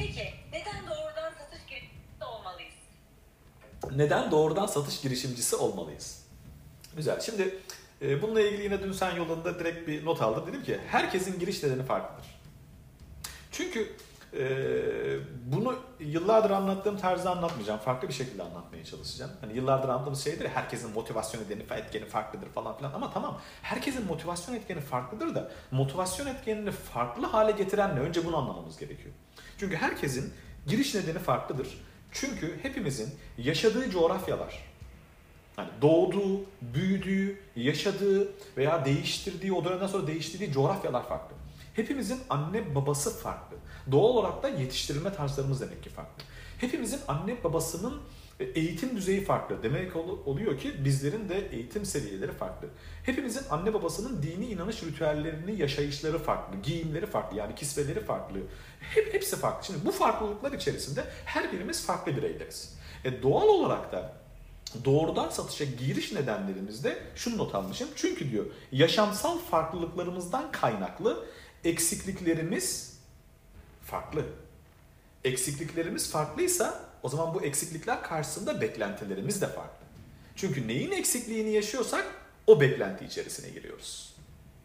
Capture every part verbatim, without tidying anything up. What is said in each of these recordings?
Peki neden doğrudan satış girişimcisi olmalıyız? Neden doğrudan satış girişimcisi olmalıyız? Güzel. Şimdi e, bununla ilgili yine dün sen yolunda direkt bir not aldım. Dedim ki herkesin giriş nedeni farklıdır. Çünkü e, bunu yıllardır anlattığım tarzda anlatmayacağım. Farklı bir şekilde anlatmaya çalışacağım. Hani yıllardır anlattığımız şeydir ya, herkesin motivasyon edeni, etkeni farklıdır falan filan. Ama tamam, herkesin motivasyon etkeni farklıdır da motivasyon etkenini farklı hale getiren ne? Önce bunu anlamamız gerekiyor. Çünkü herkesin giriş nedeni farklıdır. Çünkü hepimizin yaşadığı coğrafyalar, yani doğduğu, büyüdüğü, yaşadığı veya değiştirdiği, o dönemden sonra değiştirdiği coğrafyalar farklı. Hepimizin anne babası farklı. Doğal olarak da yetiştirilme tarzlarımız demek ki farklı. Hepimizin anne babasının eğitim düzeyi farklı. Demek oluyor ki bizlerin de eğitim seviyeleri farklı. Hepimizin anne babasının dini inanış ritüellerini, yaşayışları farklı, giyimleri farklı, yani kisveleri farklı. Hep, hepsi farklı. Şimdi bu farklılıklar içerisinde her birimiz farklı bireyleriz. E doğal olarak da doğrudan satışa giriş nedenlerimizde şunu not almışım. Çünkü diyor, yaşamsal farklılıklarımızdan kaynaklı eksikliklerimiz farklı. Eksikliklerimiz farklıysa o zaman bu eksiklikler karşısında beklentilerimiz de farklı. Çünkü neyin eksikliğini yaşıyorsak o beklenti içerisine giriyoruz.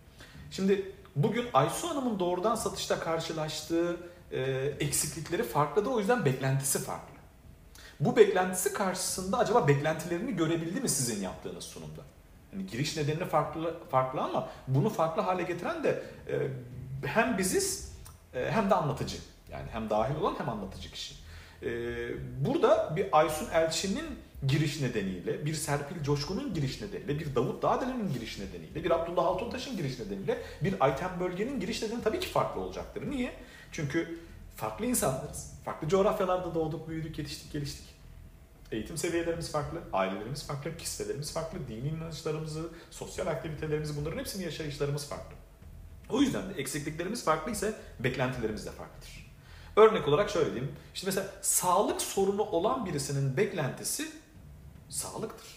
Şimdi bugün Aysu Hanım'ın doğrudan satışta karşılaştığı e, eksiklikleri farklıdır. O yüzden beklentisi farklı. Bu beklentisi karşısında acaba beklentilerini görebildi mi sizin yaptığınız sunumda? Yani giriş nedeni farklı farklı ama bunu farklı hale getiren de e, hem biziz e, hem de anlatıcı. Yani hem dahil olan hem anlatıcı kişi. E, burada bir Aysun Elçi'nin giriş nedeniyle, bir Serpil Coşkun'un giriş nedeniyle, bir Davut Dağdelen'in giriş nedeniyle, bir Abdullah Altuntaş'ın giriş nedeniyle, bir Ayten Bölge'nin giriş nedeni tabii ki farklı olacaktır. Niye? Çünkü farklı insanlarız. Farklı coğrafyalarda doğduk, büyüdük, yetiştik, geliştik. Eğitim seviyelerimiz farklı, ailelerimiz farklı, kisvelerimiz farklı, dini inançlarımızı, sosyal aktivitelerimizi, bunların hepsini yaşayışlarımız farklı. O yüzden de eksikliklerimiz farklı ise beklentilerimiz de farklıdır. Örnek olarak şöyle diyeyim. İşte mesela sağlık sorunu olan birisinin beklentisi sağlıktır.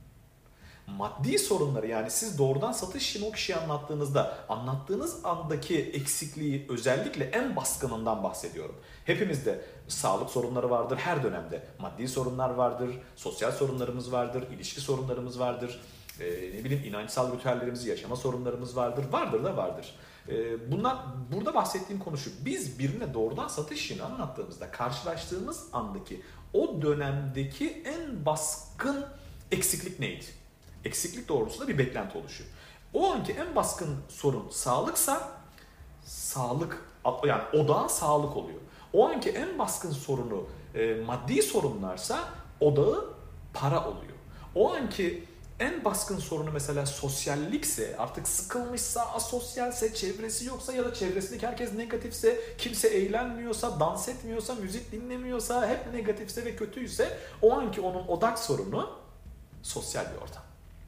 Maddi sorunları, yani siz doğrudan satış işini o kişiye anlattığınızda anlattığınız andaki eksikliği, özellikle en baskınından bahsediyorum. Hepimizde sağlık sorunları vardır her dönemde. Maddi sorunlar vardır, sosyal sorunlarımız vardır, ilişki sorunlarımız vardır. Ee, ne bileyim inançsal ritüellerimiz, yaşama sorunlarımız vardır. Vardır da vardır. Ee, bunlar, burada bahsettiğim konu şu. Biz birine doğrudan satış işini anlattığımızda karşılaştığımız andaki o dönemdeki en baskın eksiklik neydi? Eksiklik doğrultusunda bir beklenti oluşuyor. O anki en baskın sorun sağlıksa sağlık, yani odağı sağlık oluyor. O anki en baskın sorunu e, maddi sorunlarsa odağı para oluyor. O anki en baskın sorunu mesela sosyallikse, artık sıkılmışsa, asosyalse, çevresi yoksa ya da çevresindeki herkes negatifse, kimse eğlenmiyorsa, dans etmiyorsa, müzik dinlemiyorsa, hep negatifse ve kötüyse o anki onun odak sorunu sosyal bir ortam.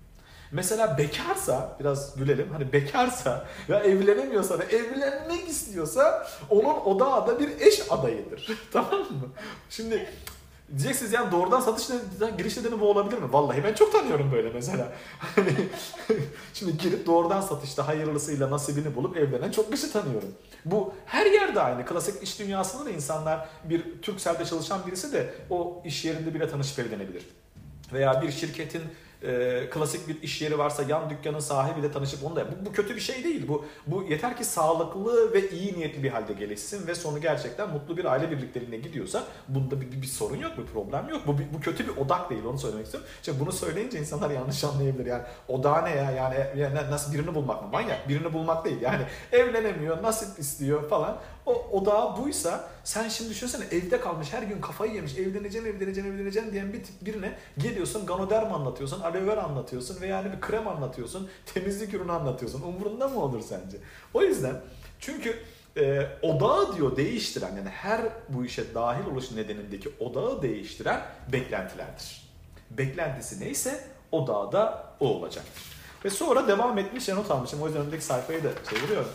Mesela bekarsa, biraz gülelim, hani bekarsa ya evlenemiyorsa ve evlenmek istiyorsa onun odağı da bir eş adayıdır. Tamam mı? Şimdi diyeceksiniz yani doğrudan satış giriş nedeni bu olabilir mi? Vallahi ben çok tanıyorum böyle mesela. Hani şimdi girip doğrudan satışta hayırlısıyla nasibini bulup evlenen çok kişi tanıyorum. Bu her yerde aynı. Klasik iş dünyasında da insanlar, bir Turkcell'de çalışan birisi de o iş yerinde bile tanışıp evlenebilir. Veya bir şirketin e, klasik bir iş yeri varsa yan dükkanın sahibiyle tanışıp onu da bu, bu kötü bir şey değil. Bu bu yeter ki sağlıklı ve iyi niyetli bir halde gelişsin ve sonu gerçekten mutlu bir aile birlikteliğine gidiyorsa bunda bir, bir, bir sorun yok, bir problem yok. Bu, bu kötü bir odak değil, onu söylemek istiyorum. İşte bunu söyleyince insanlar yanlış anlayabilir. Yani odağı ne ya? Yani, yani nasıl birini bulmak mı? Manyak, birini bulmak değil. Yani evlenemiyor, nasip istiyor falan. O odağı buysa sen şimdi düşünsene, evde kalmış, her gün kafayı yemiş, evleneceğim, evleneceğim, evleneceğim diyen bir tip birine geliyorsun, Ganoderm anlatıyorsun, aloe vera anlatıyorsun ve yani bir krem anlatıyorsun, temizlik ürünü anlatıyorsun. Umurunda mı olur sence? O yüzden çünkü e, odağı diyor değiştiren, yani her bu işe dahil oluş nedenindeki odağı değiştiren beklentilerdir. Beklentisi neyse odağı da o olacaktır. Ve sonra devam etmiş, not almışım. O yüzden önündeki sayfayı da çeviriyorum.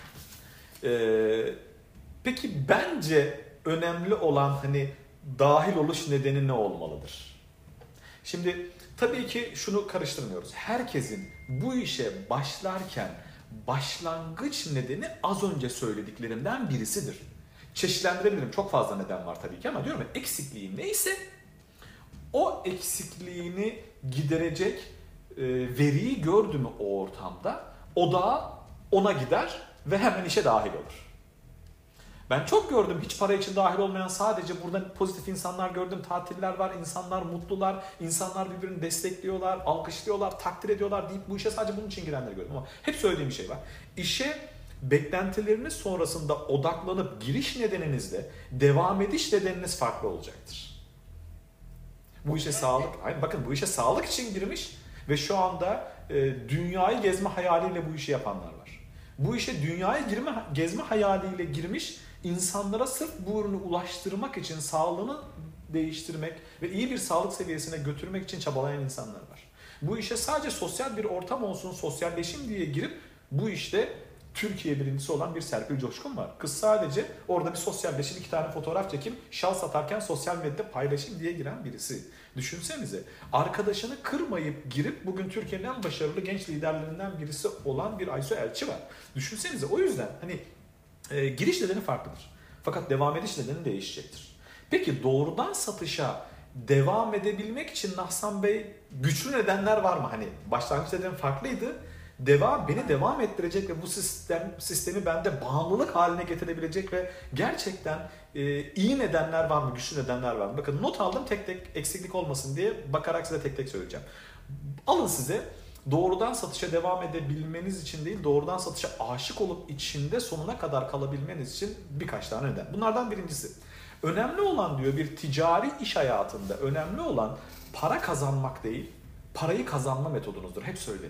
Eee Peki bence önemli olan hani dahil oluş nedeni ne olmalıdır? Şimdi tabii ki şunu karıştırmıyoruz. Herkesin bu işe başlarken başlangıç nedeni az önce söylediklerimden birisidir. Çeşitlendirebilirim. Çok fazla neden var tabii ki ama diyorum ya, eksikliği neyse o eksikliğini giderecek e, veriyi gördü mü o ortamda, o da ona gider ve hemen işe dahil olur. Ben çok gördüm hiç para için dahil olmayan, sadece burada pozitif insanlar gördüm. Tatiller var, insanlar mutlular, insanlar birbirini destekliyorlar, alkışlıyorlar, takdir ediyorlar deyip bu işe sadece bunun için girenleri gördüm. Ama hep söylediğim bir şey var. İşe beklentileriniz sonrasında odaklanıp giriş nedeninizle devam ediş nedeniniz farklı olacaktır. Bu işe sağlık, hayır, bakın bu işe sağlık için girmiş ve şu anda e, dünyayı gezme hayaliyle bu işi yapanlar var. Bu işe dünyaya girme, gezme hayaliyle girmiş, insanlara sırf bu ürünü ulaştırmak için sağlığını değiştirmek ve iyi bir sağlık seviyesine götürmek için çabalayan insanlar var. Bu işe sadece sosyal bir ortam olsun, sosyalleşim diye girip bu işte Türkiye birincisi olan bir Serpil Coşkun var. Kız sadece orada bir sosyalleşim, iki tane fotoğraf çekeyim, şal satarken sosyal medyada paylaşayım diye giren birisi. Düşünsenize, arkadaşını kırmayıp girip bugün Türkiye'nin en başarılı genç liderlerinden birisi olan bir Aysu Elçi var. Düşünsenize, o yüzden hani e, giriş nedeni farklıdır. Fakat devam ediş nedeni değişecektir. Peki doğrudan satışa devam edebilmek için Nahsan Bey güçlü nedenler var mı? Hani başlangıç nedeni farklıydı. Devam, beni devam ettirecek ve bu sistem sistemi bende bağımlılık haline getirebilecek ve gerçekten e, iyi nedenler var mı, güçlü nedenler var mı? Bakın not aldım, tek tek eksiklik olmasın diye bakarak size tek tek söyleyeceğim. Alın size doğrudan satışa devam edebilmeniz için değil, doğrudan satışa aşık olup içinde sonuna kadar kalabilmeniz için birkaç tane neden. Bunlardan birincisi, önemli olan diyor bir ticari iş hayatında önemli olan para kazanmak değil, parayı kazanma metodunuzdur. Hep söylerim.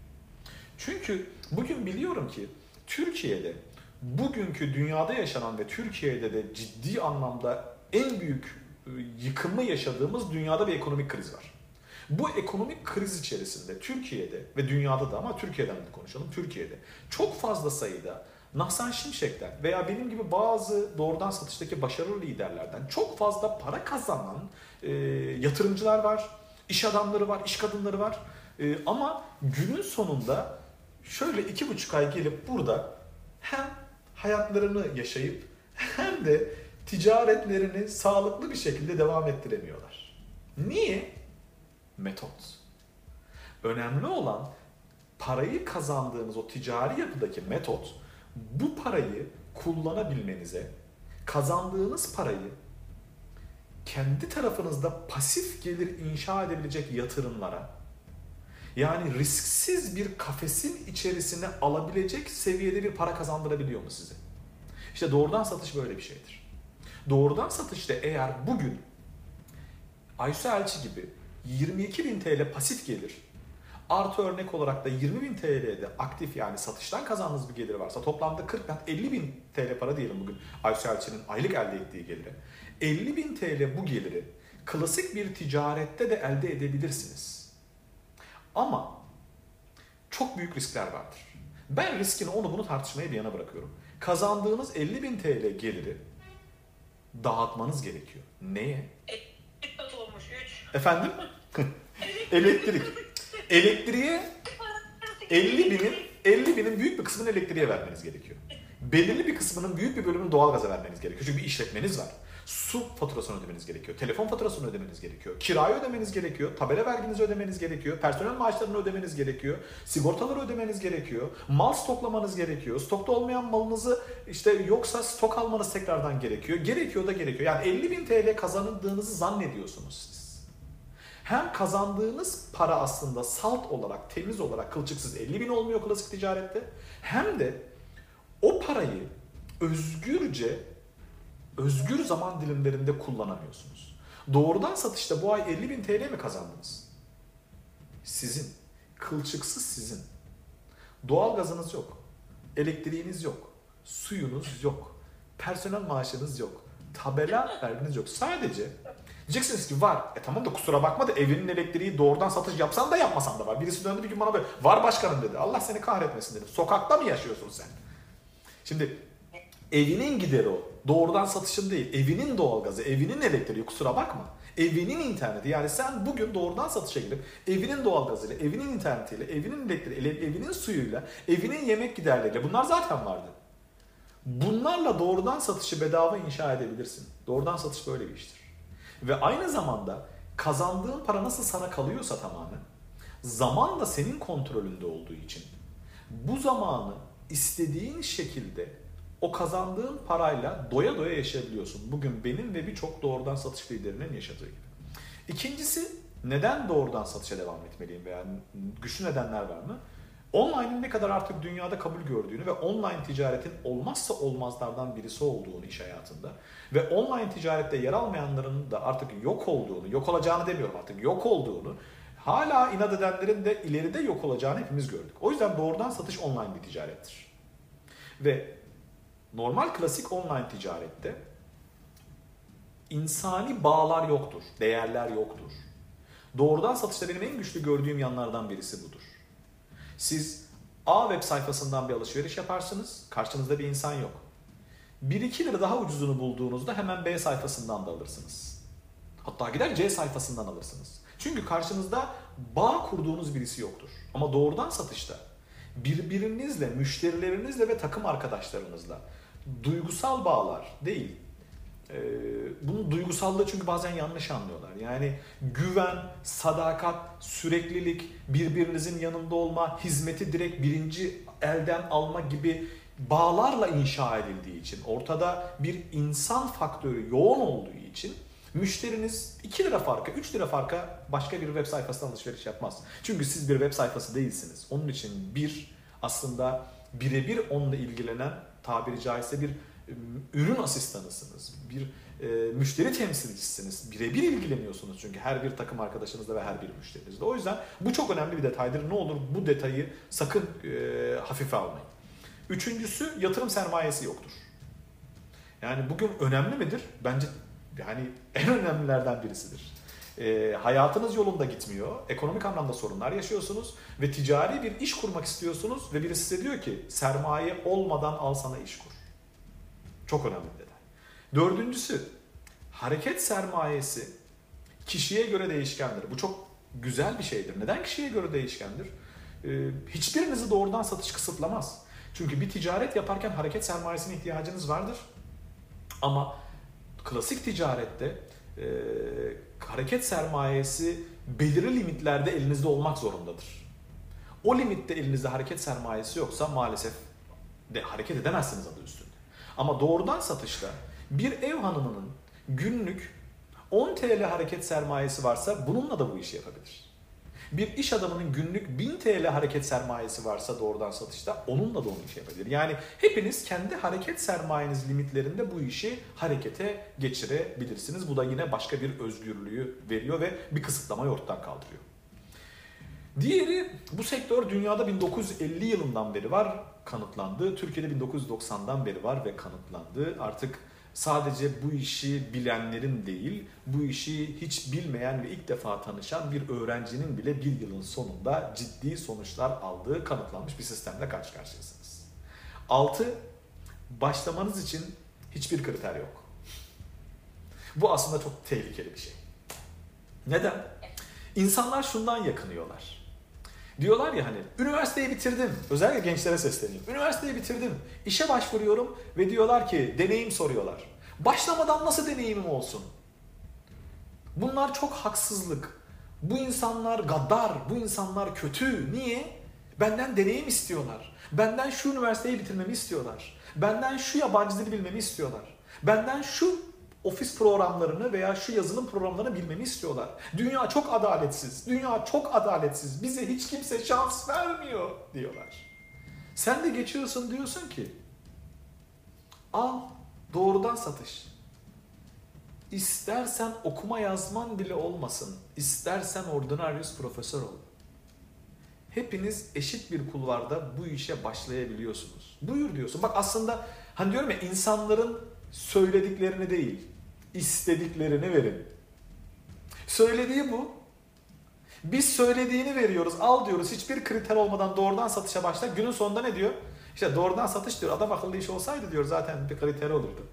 Çünkü bugün biliyorum ki Türkiye'de bugünkü dünyada yaşanan ve Türkiye'de de ciddi anlamda en büyük yıkımı yaşadığımız dünyada bir ekonomik kriz var. Bu ekonomik kriz içerisinde Türkiye'de ve dünyada da, ama Türkiye'den de konuşalım, Türkiye'de çok fazla sayıda Nahsan Şimşek'ten veya benim gibi bazı doğrudan satıştaki başarılı liderlerden çok fazla para kazanan e, yatırımcılar var, iş adamları var, iş kadınları var. E, ama günün sonunda şöyle iki buçuk ay gelip burada hem hayatlarını yaşayıp hem de ticaretlerini sağlıklı bir şekilde devam ettiremiyorlar. Niye? Metot. Önemli olan parayı kazandığınız o ticari yapıdaki metot, bu parayı kullanabilmenize, kazandığınız parayı kendi tarafınızda pasif gelir inşa edebilecek yatırımlara, yani risksiz bir kafesin içerisine alabilecek seviyede bir para kazandırabiliyor mu size? İşte doğrudan satış böyle bir şeydir. Doğrudan satışta eğer bugün Aysu Elçi gibi yirmi iki bin T L pasif gelir, artı örnek olarak da yirmi bin T L'de aktif, yani satıştan kazandığınız bir gelir varsa, toplamda kırk bin elli bin T L para diyelim bugün Aysu Elçi'nin aylık elde ettiği geliri. elli bin T L bu geliri klasik bir ticarette de elde edebilirsiniz. Ama çok büyük riskler vardır. Ben riskini, onu bunu tartışmaya bir yana bırakıyorum. Kazandığınız elli bin T L geliri dağıtmanız gerekiyor. Neye? Elektrik olmuş üç. Efendim? Elektrik. Elektriğe elli binin elli binin büyük bir kısmını elektriğe vermeniz gerekiyor. Belirli bir kısmının büyük bir bölümünü doğalgaza vermeniz gerekiyor. Çünkü bir işletmeniz var. Su faturasını ödemeniz gerekiyor. Telefon faturasını ödemeniz gerekiyor. Kirayı ödemeniz gerekiyor. Tabela verginizi ödemeniz gerekiyor. Personel maaşlarını ödemeniz gerekiyor. Sigortaları ödemeniz gerekiyor. Mal stoklamanız gerekiyor. Stokta olmayan malınızı işte yoksa stok almanız tekrardan gerekiyor. Gerekiyor da gerekiyor. Yani elli bin T L kazandığınızı zannediyorsunuz siz. Hem kazandığınız para aslında salt olarak, temiz olarak kılçıksız elli bin olmuyor klasik ticarette. Hem de o parayı özgürce, özgür zaman dilimlerinde kullanamıyorsunuz. Doğrudan satışta bu ay elli bin T L mi kazandınız? Sizin. Kılçıksız sizin. Doğalgazınız yok. Elektriğiniz yok. Suyunuz yok. Personel maaşınız yok. Tabela verginiz yok. Sadece diyeceksiniz ki var. E tamam da kusura bakma da evinin elektriği doğrudan satış yapsan da yapmasan da var. Birisi döndü bir gün bana böyle, var başkanım dedi. Allah seni kahretmesin dedim. Sokakta mı yaşıyorsun sen? Şimdi evinin gideri o. Doğrudan satışın değil. Evinin doğalgazı, evinin elektriği, kusura bakma. Evinin interneti. Yani sen bugün doğrudan satışa girip evinin doğalgazıyla, evinin internetiyle, evinin elektriği, evinin suyuyla, evinin yemek giderleriyle, bunlar zaten vardı. Bunlarla doğrudan satışı bedava inşa edebilirsin. Doğrudan satış böyle bir iştir. Ve aynı zamanda kazandığın para nasıl sana kalıyorsa tamamen, zaman da senin kontrolünde olduğu için bu zamanı istediğin şekilde o kazandığın parayla doya doya yaşayabiliyorsun. Bugün benim ve birçok doğrudan satış liderinin yaşadığı gibi. İkincisi, neden doğrudan satışa devam etmeliyim veya güçlü nedenler var mı? Online'ın ne kadar artık dünyada kabul gördüğünü ve online ticaretin olmazsa olmazlardan birisi olduğunu iş hayatında ve online ticarette yer almayanların da artık yok olduğunu, yok olacağını demiyorum artık, yok olduğunu, hala inat edenlerin de ileride yok olacağını hepimiz gördük. O yüzden doğrudan satış online bir ticarettir. Ve normal klasik online ticarette insani bağlar yoktur, değerler yoktur. Doğrudan satışta benim en güçlü gördüğüm yanlardan birisi budur. Siz A web sayfasından bir alışveriş yaparsınız, karşınızda bir insan yok. bir iki lira daha ucuzunu bulduğunuzda hemen B sayfasından da alırsınız. Hatta gider C sayfasından alırsınız. Çünkü karşınızda bağ kurduğunuz birisi yoktur. Ama doğrudan satışta birbirinizle, müşterilerinizle ve takım arkadaşlarınızla duygusal bağlar değil. Ee, bunun duygusallığı çünkü bazen yanlış anlıyorlar. Yani güven, sadakat, süreklilik, birbirinizin yanında olma, hizmeti direkt birinci elden alma gibi bağlarla inşa edildiği için, ortada bir insan faktörü yoğun olduğu için müşteriniz iki lira farka, üç lira farka başka bir web sayfasından alışveriş yapmaz. Çünkü siz bir web sayfası değilsiniz. Onun için bir aslında birebir onunla ilgilenen, tabiri caizse bir ürün asistanısınız. Bir e, müşteri temsilcisiniz. Birebir ilgileniyorsunuz çünkü her bir takım arkadaşınızla ve her bir müşterinizle. O yüzden bu çok önemli bir detaydır. Ne olur bu detayı sakın e, hafife almayın. Üçüncüsü, yatırım sermayesi yoktur. Yani bugün önemli midir? Bence yani en önemlilerden birisidir. E, hayatınız yolunda gitmiyor. Ekonomik anlamda sorunlar yaşıyorsunuz ve ticari bir iş kurmak istiyorsunuz ve birisi size diyor ki sermaye olmadan al sana iş kur. Çok önemli bir detay. Dördüncüsü, hareket sermayesi kişiye göre değişkendir. Bu çok güzel bir şeydir. Neden kişiye göre değişkendir? Ee, hiçbirinizi doğrudan satış kısıtlamaz. Çünkü bir ticaret yaparken hareket sermayesine ihtiyacınız vardır. Ama klasik ticarette e, hareket sermayesi belirli limitlerde elinizde olmak zorundadır. O limitte elinizde hareket sermayesi yoksa maalesef de hareket edemezsiniz adı üstünde. Ama doğrudan satışta bir ev hanımının günlük on TL hareket sermayesi varsa bununla da bu işi yapabilir. Bir iş adamının günlük bin TL hareket sermayesi varsa doğrudan satışta onunla da onu işi yapabilir. Yani hepiniz kendi hareket sermayeniz limitlerinde bu işi harekete geçirebilirsiniz. Bu da yine başka bir özgürlüğü veriyor ve bir kısıtlamayı ortadan kaldırıyor. Diğeri, bu sektör dünyada bin dokuz yüz elli yılından beri var, kanıtlandı. Türkiye'de bin dokuz yüz doksandan beri var ve kanıtlandı. Artık sadece bu işi bilenlerin değil, bu işi hiç bilmeyen ve ilk defa tanışan bir öğrencinin bile bir yılın sonunda ciddi sonuçlar aldığı kanıtlanmış bir sistemle karşı karşıyasınız. Altı, başlamanız için hiçbir kriter yok. Bu aslında çok tehlikeli bir şey. Neden? İnsanlar şundan yakınıyorlar. Diyorlar ya hani üniversiteyi bitirdim. Özellikle gençlere sesleniyorum. Üniversiteyi bitirdim. İşe başvuruyorum ve diyorlar ki deneyim soruyorlar. Başlamadan nasıl deneyimim olsun? Bunlar çok haksızlık. Bu insanlar gaddar, bu insanlar kötü. Niye? Benden deneyim istiyorlar. Benden şu üniversiteyi bitirmemi istiyorlar. Benden şu yabancı dili bilmemi istiyorlar. Benden şu ofis programlarını veya şu yazılım programlarını bilmemi istiyorlar. Dünya çok adaletsiz. Dünya çok adaletsiz. Bize hiç kimse şans vermiyor diyorlar. Sen de geçiyorsun diyorsun ki al doğrudan satış. İstersen okuma yazman bile olmasın. İstersen ordinarius profesör ol. Hepiniz eşit bir kulvarda bu işe başlayabiliyorsunuz. Buyur diyorsun. Bak aslında hani diyorum ya insanların söylediklerini değil, istediklerini verin. Söylediği bu. Biz söylediğini veriyoruz, al diyoruz. Hiçbir kriter olmadan doğrudan satışa başla. Günün sonunda ne diyor? İşte doğrudan satış diyor. Adam akıllı iş olsaydı diyor zaten bir kriteri olurdu.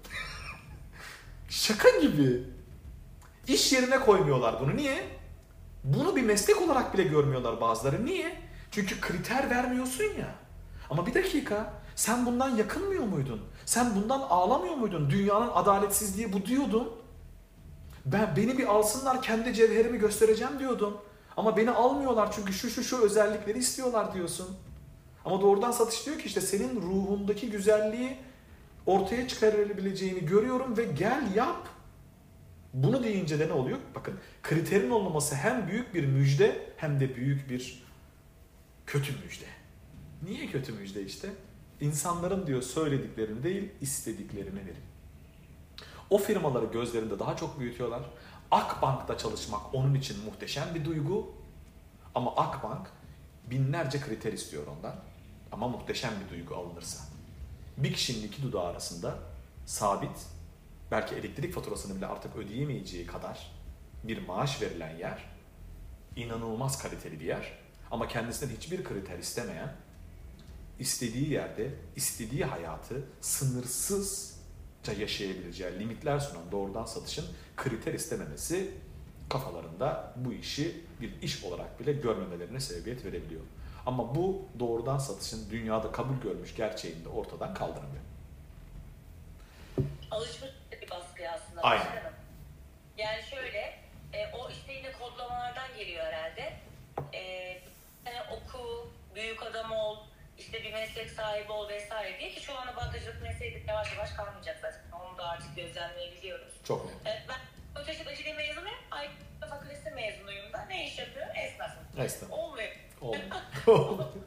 Şaka gibi. İş yerine koymuyorlar bunu. Niye? Bunu bir meslek olarak bile görmüyorlar bazıları. Niye? Çünkü kriter vermiyorsun ya. Ama bir dakika. Sen bundan yakınmıyor muydun? Sen bundan ağlamıyor muydun? Dünyanın adaletsizliği bu diyordun. Ben beni bir alsınlar, kendi cevherimi göstereceğim diyordun. Ama beni almıyorlar çünkü şu şu şu özellikleri istiyorlar diyorsun. Ama doğrudan satış diyor ki işte senin ruhundaki güzelliği ortaya çıkarabileceğini görüyorum ve gel yap. Bunu deyince de ne oluyor? Bakın, kriterin olmaması hem büyük bir müjde hem de büyük bir kötü müjde. Niye kötü müjde işte? İnsanların diyor söylediklerini değil, istediklerini verin. O firmaları gözlerinde daha çok büyütüyorlar. Akbank'ta çalışmak onun için muhteşem bir duygu. Ama Akbank binlerce kriter istiyor ondan. Ama muhteşem bir duygu alınırsa. Bir kişinin iki dudağı arasında sabit, belki elektrik faturasını bile artık ödeyemeyeceği kadar bir maaş verilen yer, inanılmaz kaliteli bir yer. Ama kendisinden hiçbir kriter istemeyen, istediği yerde, istediği hayatı sınırsızca yaşayabileceği limitler sunan doğrudan satışın kriter istememesi kafalarında bu işi bir iş olarak bile görmemelerine sebebiyet verebiliyor. Ama bu doğrudan satışın dünyada kabul görmüş gerçeğini de ortadan kaldıramıyor. Alışmış bir baskı aslında. Aynen. Başkanım. Yani şöyle, e, o işte yine kodlamalardan geliyor herhalde. E, yani oku, büyük adam ol, işte bir meslek sahibi ol vesaire diye ki şu anda bankacılık mesleği de yavaş yavaş kalmayacak zaten. Onu da artık gözlemleyebiliyoruz. Çok net. E, ben Öteşi mezunuyum, Aykut Fakültesi mezunuyum da ne iş yapıyorum? Esnafım. Esnaf. Olmuyor. Olmuyor.